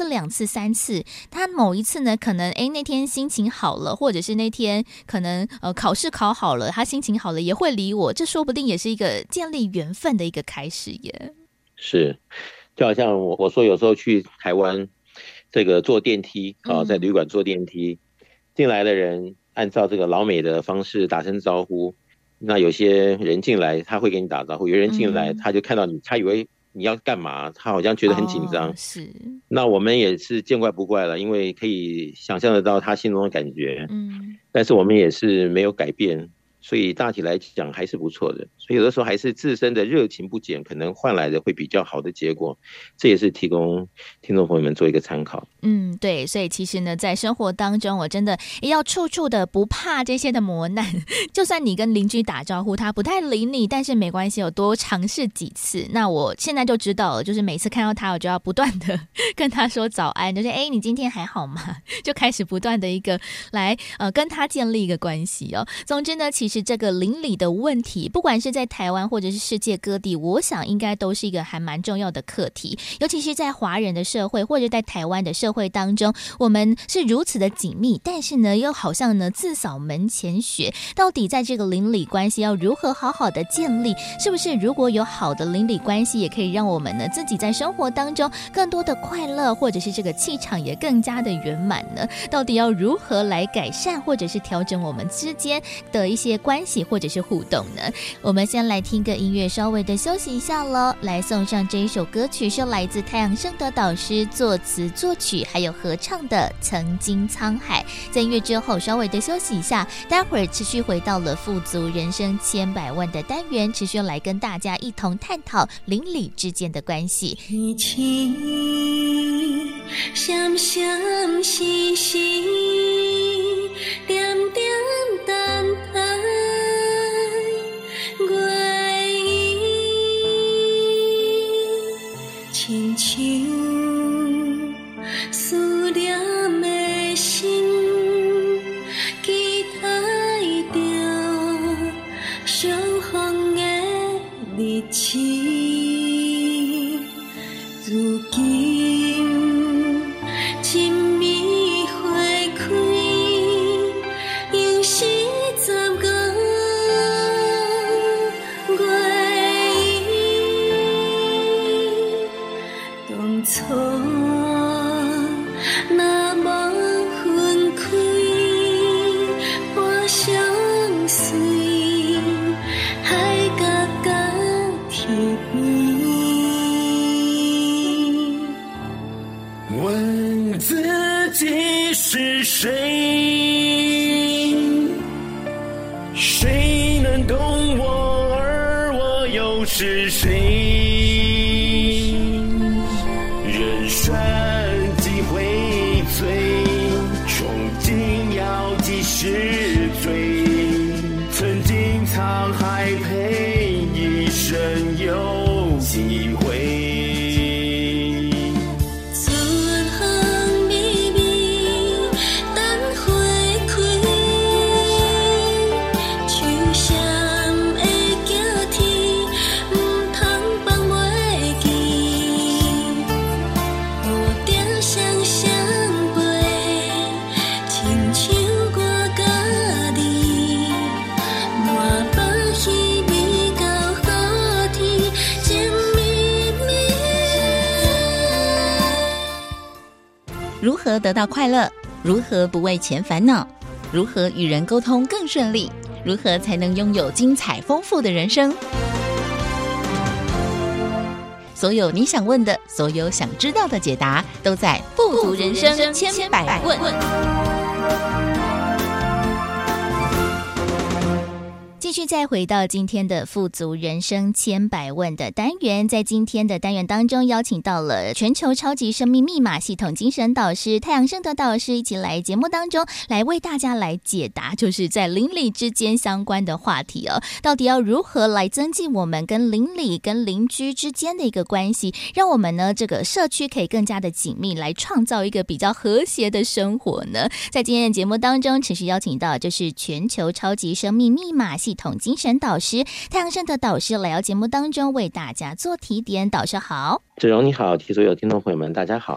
两次三次，他某一次呢可能哎那天心情好了，或者是那天可能呃考试考好了，他心情好了也会理我，这说不定也是一个建立缘分的一个开始耶。 是，就好像我我说有时候去台湾这个坐电梯啊，在旅馆坐电梯，进来的人按照这个老美的方式打声招呼，那有些人进来他会给你打招呼，有人进来他就看到你，他以为你要干嘛，他好像觉得很紧张、哦、 是， 那我们也是见怪不怪了，因为可以想象得到他心中的感觉，嗯，但是我们也是没有改变，所以大体来讲还是不错的，所以有的时候还是自身的热情不减，可能换来的会比较好的结果，这也是提供听众朋友们做一个参考。 嗯，对，所以其实呢在生活当中我真的要处处的不怕这些的磨难，就算你跟邻居打招呼他不太理你，但是没关系，我多尝试几次，那我现在就知道了，就是每次看到他我就要不断的跟他说早安，就是哎你今天还好吗，就开始不断的一个来呃跟他建立一个关系哦。总之呢其实这个邻里的问题不管是在台湾或者是世界各地，我想应该都是一个还蛮重要的课题，尤其是在华人的社会或者在台湾的社会当中，我们是如此的紧密，但是呢又好像呢自扫门前雪，到底在这个邻里关系要如何好好的建立，是不是如果有好的邻里关系也可以让我们呢自己在生活当中更多的快乐，或者是这个气场也更加的圆满呢？到底要如何来改善或者是调整我们之间的一些关系或者是互动呢？我们先来听个音乐，稍微的休息一下咯，来送上这一首歌曲，是来自太阳圣德导师作词作曲还有合唱的《曾经沧海》。在音乐之后稍微的休息一下，待会儿持续回到了富足人生千百万的单元，持续来跟大家一同探讨邻里之间的关系。 天星闪闪星星点点等待月影，亲像思念的心，期待着相逢的日子。如今真美花开，又是十五月影，当初那无分开，半相随，海角甲天边。 问自己是谁，谁能懂我，而我又是谁？人生几回醉，憧憬要几时追？曾经沧海陪，一生有几回？ 如何得到快乐？如何不为钱烦恼？如何与人沟通更顺利？如何才能拥有精彩丰富的人生？所有你想问的，所有想知道的解答，都在富足人生千百问。 继续再回到今天的富足人生千百问的单元，在今天的单元当中邀请到了全球超级生命密码系统精神导师太阳圣德导师，一起来节目当中来为大家来解答，就是在邻里之间相关的话题哦，到底要如何来增进我们跟邻里跟邻居之间的一个关系，让我们呢这个社区可以更加的紧密，来创造一个比较和谐的生活呢？在今天的节目当中持续邀请到就是全球超级生命密码系统精神导师太阳圣德导师来到节目当中为大家做提点。导师好。 志荣你好，所有听众朋友们大家好。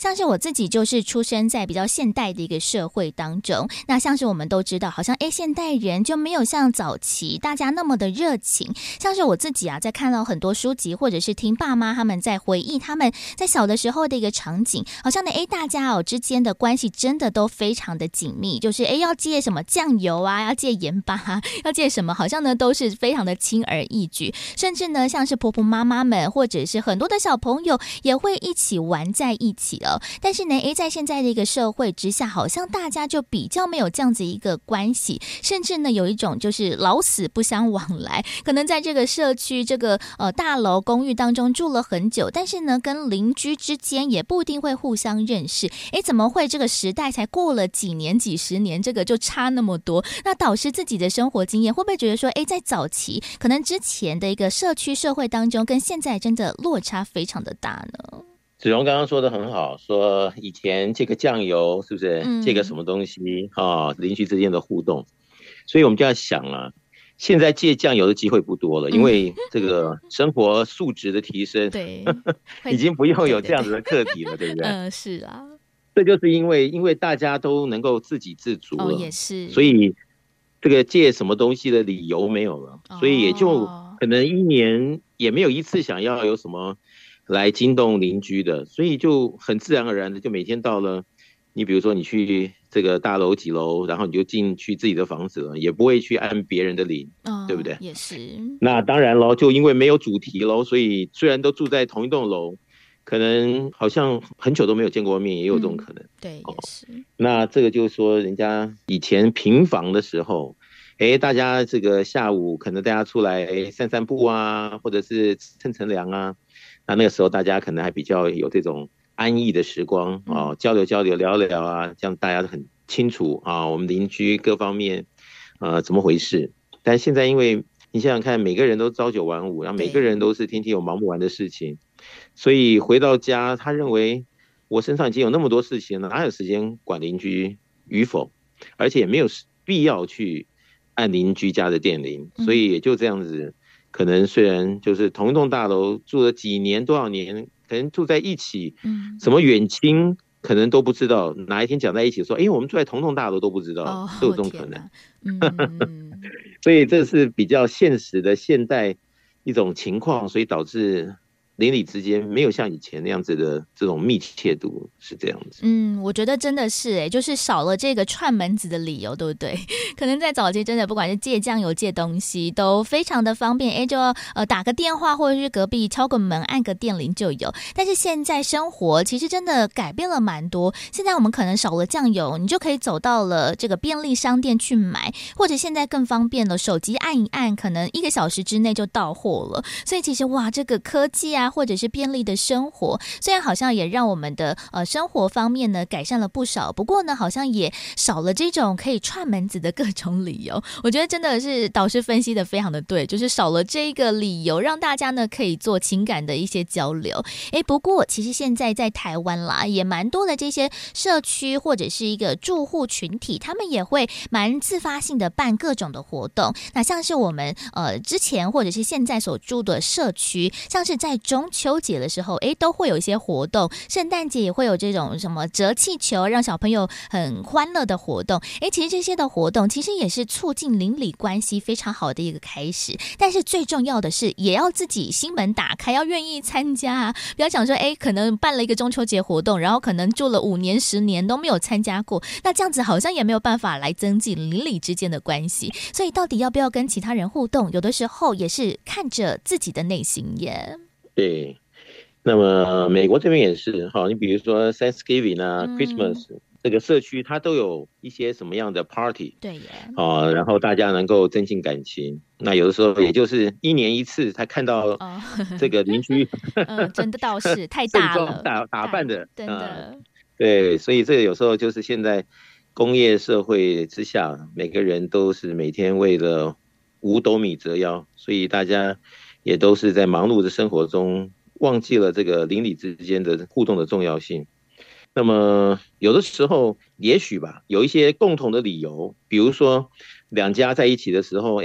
像是我自己就是出生在比较现代的一个社会当中，那像是我们都知道，好像哎现代人就没有像早期大家那么的热情。像是我自己啊，在看到很多书籍，或者是听爸妈他们在回忆他们在小的时候的一个场景，好像呢哎大家哦之间的关系真的都非常的紧密，就是哎要借什么酱油啊，要借盐巴啊，要借什么，好像呢都是非常的轻而易举，甚至呢像是婆婆妈妈们或者是很多的小朋友也会一起玩在一起哦。但是呢诶在现在的一个社会之下，好像大家就比较没有这样子一个关系，甚至呢有一种就是老死不相往来，可能在这个社区这个呃大楼公寓当中住了很久，但是呢跟邻居之间也不一定会互相认识。诶怎么会这个时代才过了几年几十年，这个就差那么多？那导师自己的生活经验会不会觉得说诶在早期可能之前的一个社区社会当中跟现在真的落差非常的大呢？ 子荣刚刚说的很好，说以前借个酱油是不是、嗯、借个什么东西啊，邻居之间的互动，所以我们就要想啊，现在借酱油的机会不多了，因为这个生活素质的提升，对，已经不用有这样子的课题了， 对, 对, 对, 对不对？嗯、呃，是啊，这就是因为因为大家都能够自给自足了，哦、也是，所以这个借什么东西的理由没有了，哦、所以也就可能一年也没有一次想要有什么来惊动邻居的，所以就很自然而然的就每天到了，你比如说你去这个大楼几楼，然后你就进去自己的房子了，也不会去按别人的铃、哦、对不对？也是。那当然咯，就因为没有主题咯，所以虽然都住在同一栋楼，可能好像很久都没有见过面，也有这种可能、嗯、对，也是、哦、那这个就是说人家以前平房的时候，哎，大家这个下午可能大家出来散散步啊，或者是乘乘凉啊，那那个时候大家可能还比较有这种安逸的时光啊、哦，交流交流聊聊啊，这样大家很清楚啊，我们邻居各方面呃怎么回事。但现在因为你想想看，每个人都朝九晚五，然后每个人都是天天有忙不完的事情，所以回到家他认为我身上已经有那么多事情了，哪有时间管邻居与否，而且也没有必要去按邻居家的电铃，所以也就这样子，可能虽然就是同一栋大楼住了几年多少年，可能住在一起，嗯，什么远亲可能都不知道，哪一天讲在一起说，哎，我们住在同栋大楼都不知道，哦、都有这种可能。嗯、所以这是比较现实的现代一种情况，所以导致邻里之间没有像以前那样子的这种密切度，是这样子。嗯，我觉得真的是哎，就是少了这个串门子的理由，对不对？可能在早期真的不管是借酱油借东西都非常的方便，哎，就呃打个电话或者是隔壁敲个门按个电铃就有。但是现在生活其实真的改变了蛮多，现在我们可能少了酱油，你就可以走到了这个便利商店去买，或者现在更方便了，手机按一按，可能一个小时之内就到货了。所以其实哇，这个科技啊，或者是便利的生活，虽然好像也让我们的呃生活方面呢改善了不少，不过呢好像也少了这种可以串门子的各种理由。我觉得真的是导师分析的非常的对，就是少了这个理由，让大家呢可以做情感的一些交流。诶，不过其实现在在台湾啦，也蛮多的这些社区或者是一个住户群体，他们也会蛮自发性的办各种的活动。那像是我们呃之前或者是现在所住的社区，像是在中秋节的时候，诶，都会有一些活动，圣诞节也会有这种什么折气球，让小朋友很欢乐的活动。诶，其实这些的活动其实也是促进邻里关系非常好的一个开始，但是最重要的是也要自己心门打开，要愿意参加啊！不要想说，诶，可能办了一个中秋节活动，然后可能住了五年十年都没有参加过，那这样子好像也没有办法来增进邻里之间的关系。所以到底要不要跟其他人互动，有的时候也是看着自己的内心耶。对，那么美国这边也是哈，你比如说 Thanksgiving 啊、嗯、Christmas 这个社区它都有一些什么样的 party， 对耶，啊，然后大家能够增进感情。那有的时候也就是一年一次才看到这个邻居，哦呃、真的倒是太大了，打打扮的，真的、呃，对，所以这个有时候就是现在工业社会之下，每个人都是每天为了五斗米折腰，所以大家也都是在忙碌的生活中忘记了这个邻里之间的互动的重要性。那么有的时候也许吧，有一些共同的理由，比如说两家在一起的时候，哎，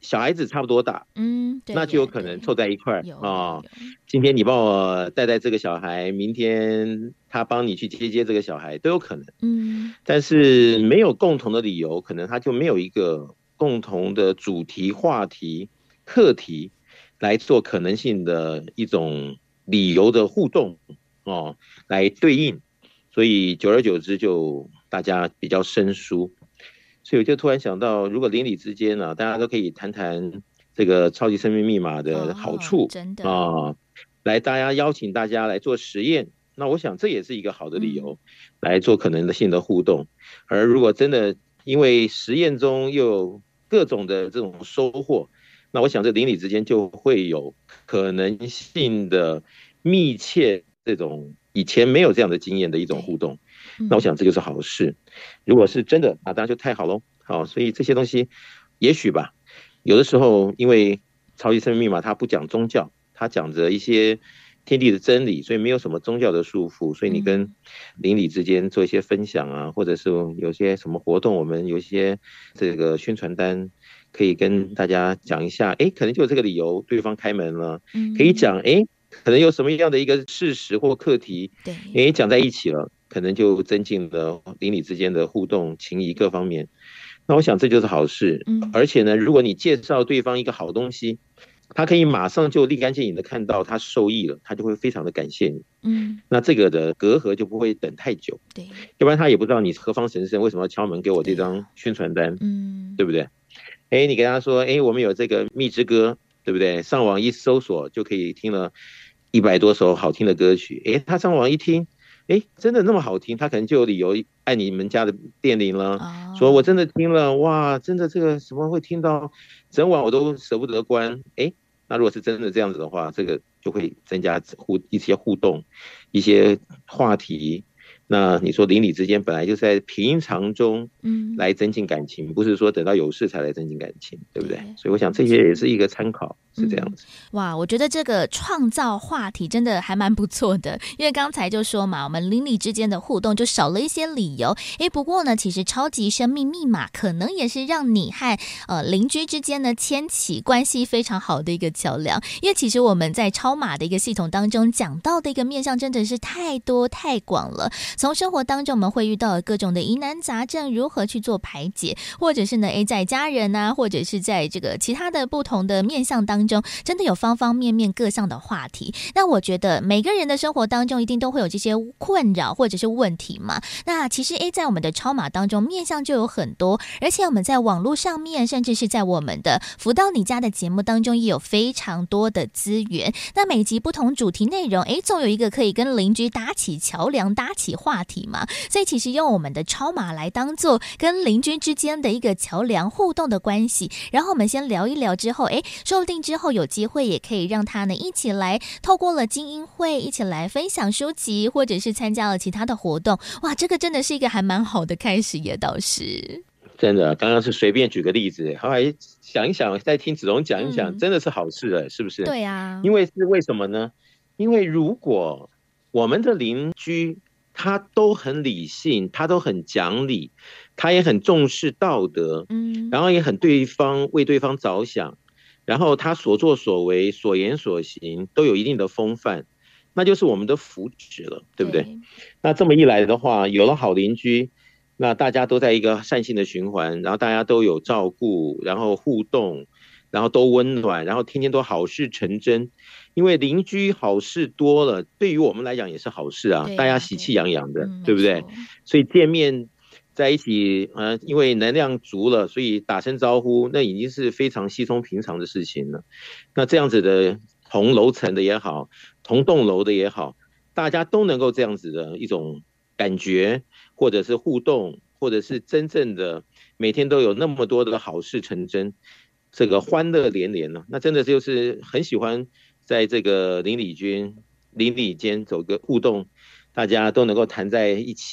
小孩子差不多大， 嗯， 那就有可能凑在一块儿啊。今天你帮我带带这个小孩，明天他帮你去接接这个小孩，都有可能。 嗯， 但是没有共同的理由，可能他就没有一个共同的主题、话题、课题来做可能性的一种理由的互动哦，来对应。所以久而久之就大家比较生疏。所以我就突然想到，如果邻里之间呢、啊，大家都可以谈谈这个超级生命密码的好处， 哦、真的啊，来大家邀请大家来做实验，那我想这也是一个好的理由，来做可能性的互动。而如果真的因为实验中又有各种的这种收获，那我想这邻里之间就会有可能性的密切这种以前没有这样的经验的一种互动。那我想这就是好事。如果是真的啊，当然就太好咯。好，所以这些东西也许吧，有的时候因为超级生命密码它不讲宗教，它讲着一些天地的真理，所以没有什么宗教的束缚，所以你跟邻里之间做一些分享啊，或者是有些什么活动，我们有一些这个宣传单可以跟大家讲一下，哎，可能就有这个理由对方开门了，可以讲哎，可能有什么样的一个事实或课题， 对， 哎，讲在一起了，可能就增进了邻里之间的互动、情谊各方面。那我想这就是好事。嗯，而且呢，如果你介绍对方一个好东西，他可以马上就立竿见影的看到他受益了，他就会非常的感谢你。嗯，那这个的隔阂就不会等太久。对，要不然他也不知道你何方神圣，为什么要敲门给我这张宣传单？嗯，对不对？哎，你跟他说，哎，我们有这个蜜之歌，对不对？上网一搜索就可以听了一百多首好听的歌曲。哎，他上网一听，哎，真的那么好听，他可能就有理由按你们家的电铃了，哦、说我真的听了，哇，真的这个什么会听到整晚我都舍不得关。哎，那如果是真的这样子的话，这个就会增加互一些互动，一些话题。那你说邻里之间本来就是在平常中来增进感情，嗯、不是说等到有事才来增进感情，对不对？所以我想这些也是一个参考，是这样子。 嗯、哇，我觉得这个创造话题真的还蛮不错的，因为刚才就说嘛，我们邻里之间的互动就少了一些理由。诶，不过呢，其实超级生命密码可能也是让你和呃邻居之间呢牵起关系非常好的一个桥梁，因为其实我们在超码的一个系统当中讲到的一个面向真的是太多太广了。从生活当中我们会遇到各种的疑难杂症如何去做排解，或者是呢诶在家人啊，或者是在这个其他的不同的面向当中，真的有方方面面各项的话题。那我觉得每个人的生活当中一定都会有这些困扰或者是问题嘛，那其实诶在我们的超码当中面向就有很多，而且我们在网络上面甚至是在我们的福到你家的节目当中也有非常多的资源。那每集不同主题内容，诶总有一个可以跟邻居搭起桥梁搭起话题嘛，所以其实用我们的超码来当做跟邻居之间的一个桥梁互动的关系，然后我们先聊一聊之后，诶说不定之后有机会也可以让他呢一起来透过了精英会一起来分享书籍，或者是参加了其他的活动。哇，这个真的是一个还蛮好的开始也倒是真的，刚刚是随便举个例子，后来想一想再听子荣讲一讲、嗯、真的是好事了，是不是？ 对啊， 因为是为什么呢？因为如果我们的邻居他都很理性，他都很讲理，他也很重视道德，嗯，然后也很对方为对方着想，然后他所作所为所言所行都有一定的风范，那就是我们的福祉了，对不对？对，那这么一来的话，有了好邻居，那大家都在一个善性的循环，然后大家都有照顾，然后互动，然后都温暖，然后天天都好事成真。因为邻居好事多了，对于我们来讲也是好事啊，大家喜气洋洋的， 对,、嗯、对不对？所以见面在一起，呃，因为能量足了，所以打声招呼，那已经是非常稀松平常的事情了。那这样子的同楼层的也好，同栋楼的也好，大家都能够这样子的一种感觉，或者是互动，或者是真正的每天都有那么多的好事成真，这个欢乐连连呢，那真的就是很喜欢在这个邻里间邻里间走个互动，大家都能够谈在一起，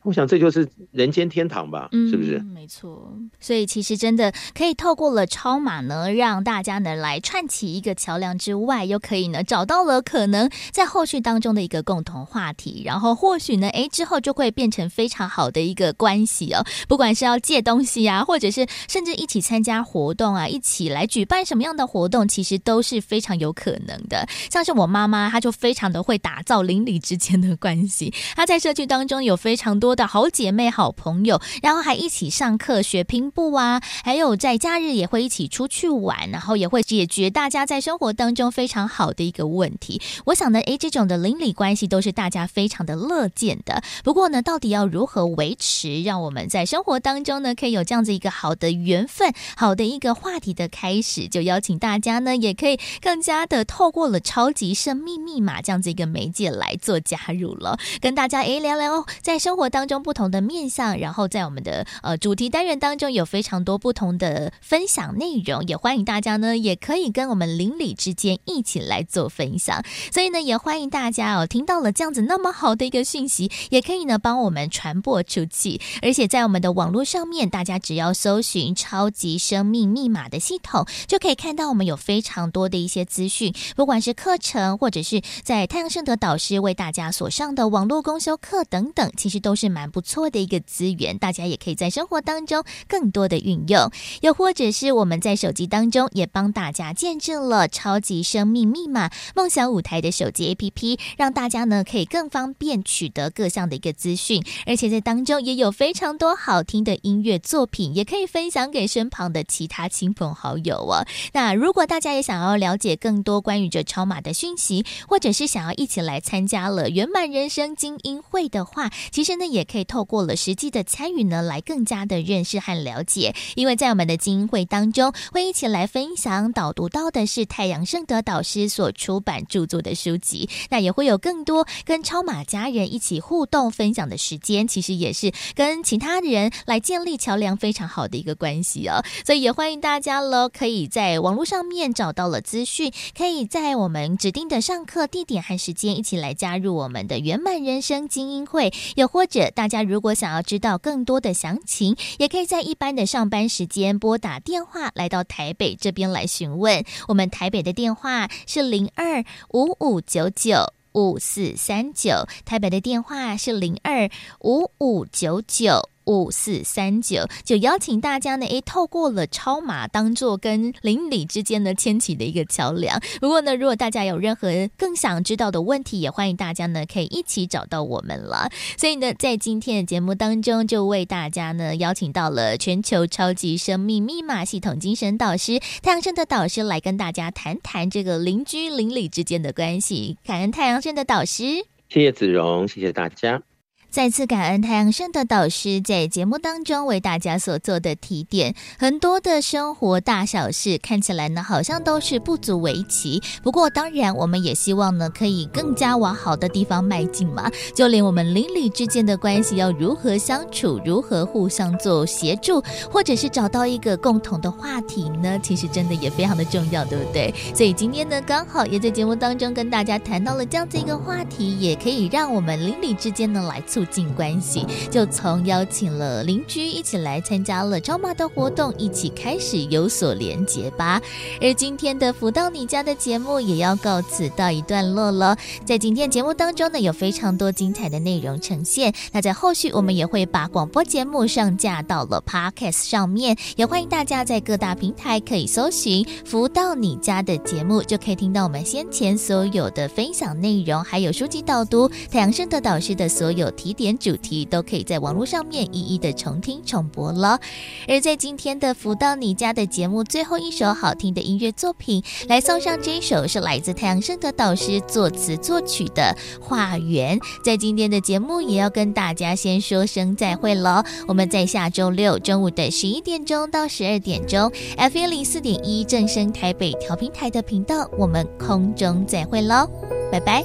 我想这就是人间天堂吧， 嗯， 是不是？ 没错。所以其实真的可以透过了超马呢，让大家呢来串起一个桥梁之外，又可以呢找到了可能在后续当中的一个共同话题，然后或许呢，哎，之后就会变成非常好的一个关系哦。不管是要借东西啊，或者是甚至一起参加活动啊，一起来举办什么样的活动，其实都是非常有可能的。像是我妈妈，她就非常的会打造邻里之间的关系，她在社区当中有非常多的好姐妹、好朋友，然后还一起上课学拼布啊，还有在假日也会一起出去玩，然后也会解决大家在生活当中非常好的一个问题。我想呢，诶，这种的邻里关系都是大家非常的乐见的。不过呢，到底要如何维持，让我们在生活当中呢，可以有这样子一个好的缘分，好的一个话题的开始，就邀请大家呢，也可以更加的透过了超级生命密码这样子一个媒介来做加入了，跟大家诶聊聊在生活当中不同的面向，然后在我们的呃主题单元当中有非常多不同的分享内容，也欢迎大家呢也可以跟我们邻里之间一起来做分享。所以呢，也欢迎大家哦，听到了这样子那么好的一个讯息，也可以呢帮我们传播出去。而且在我们的网络上面，大家只要搜寻超级生命密码的系统，就可以看到我们有非常多的一些资讯，不管是课程，或者是在太阳圣德导师为大家所上的网络公修课等等，其实都是蛮不错的一个资源，大家也可以在生活当中更多的运用。又或者是我们在手机当中也帮大家建制了超级生命密码梦想舞台的手机 A P P， 让大家呢可以更方便取得各项的一个资讯，而且在当中也有非常多好听的音乐作品，也可以分享给身旁的其他亲朋好友哦。那如果大家也想要了解更多关于这超码的讯息，或者是想要一起来参加了圆满人生精英会的话，其实呢也可以透过了实际的参与呢来更加的认识和了解。因为在我们的精英会当中，会一起来分享导读到的是太阳圣德导师所出版著作的书籍，那也会有更多跟超码家人一起互动分享的时间，其实也是跟其他人来建立桥梁非常好的一个关系哦。所以也欢迎大家咯，可以在网络上面找到了资讯，可以在我们指定的上课地点和时间一起来加入我们的圆满人生精英会。又或者大家如果想要知道更多的详情，也可以在一般的上班时间拨打电话来到台北这边来询问。我们台北的电话是零二五五九九五四三九，台北的电话是零二五五九九五四三九，就邀请大家呢，诶，透过了超码当作跟邻里之间呢牵起的一个桥梁。不过呢，如果大家有任何更想知道的问题，也欢迎大家呢可以一起找到我们了。所以呢，在今天的节目当中，就为大家呢邀请到了全球超级生命密码系统精神导师太阳圣的导师来跟大家谈谈这个邻居邻里之间的关系。感恩太阳圣的导师， 谢谢子荣，谢谢大家。 再次感恩太阳圣的导师在节目当中为大家所做的提点，很多的生活大小事看起来呢好像都是不足为奇，不过当然我们也希望呢可以更加往好的地方迈进嘛。就连我们邻里之间的关系要如何相处，如何互相做协助，或者是找到一个共同的话题呢，其实真的也非常的重要，对不对？所以今天呢刚好也在节目当中跟大家谈到了这样子一个话题，也可以让我们邻里之间呢来促进关系，就从邀请了邻居一起来参加了超码的活动，一起开始有所连结吧。而今天的福到你家的节目也要告辞到一段落了。在今天节目当中呢，有非常多精彩的内容呈现，那在后续我们也会把广播节目上架到了 Podcast 上面，也欢迎大家在各大平台可以搜寻福到你家的节目，就可以听到我们先前所有的分享内容，还有书籍导读，太阳圣德导师的所有提点主题都可以在网络上面一一的重听重播了。而在今天的福到你家的节目最后一首好听的音乐作品，来送上这一首是来自太阳圣德导师作词作曲的化缘。在今天的节目也要跟大家先说声再会了，我们在下周六中午的十一点钟到十二点钟 F M 零四点一正声台北调频台的频道，我们空中再会咯，拜拜。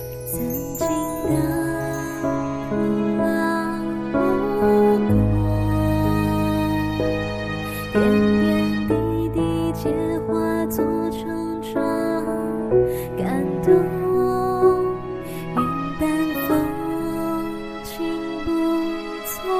点点滴滴皆化作成长，感动云淡风轻不错。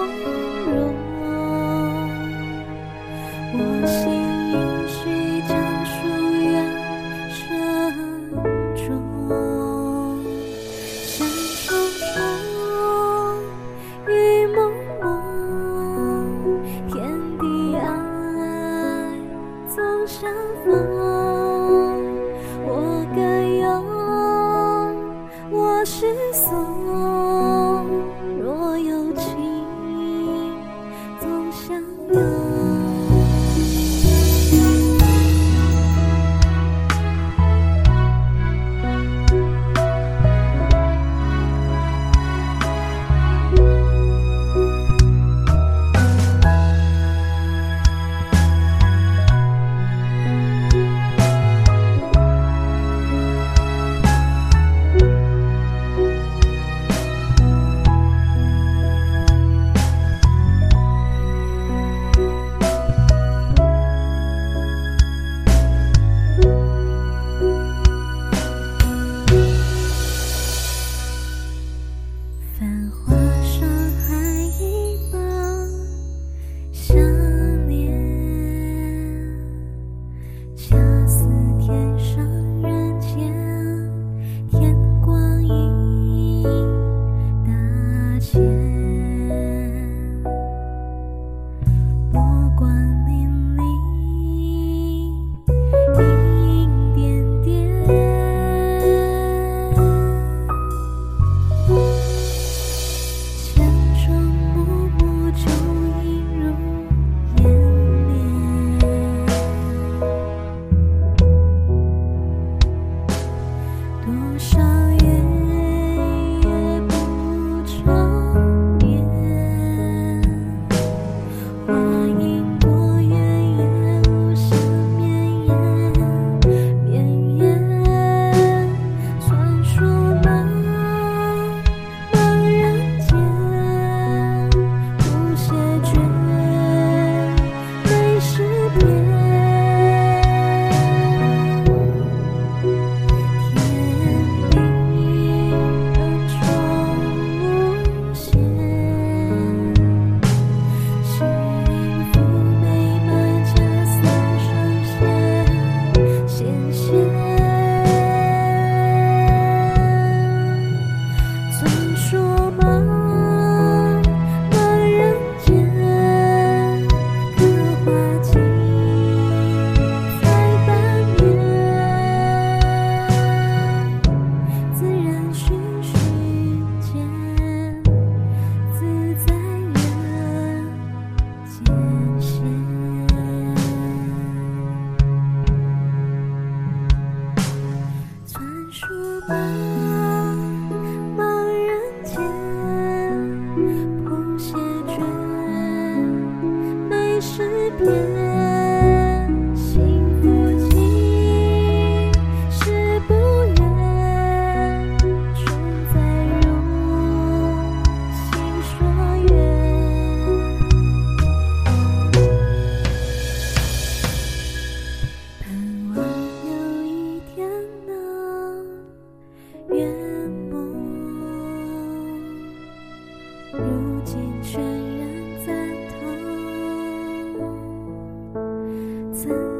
分。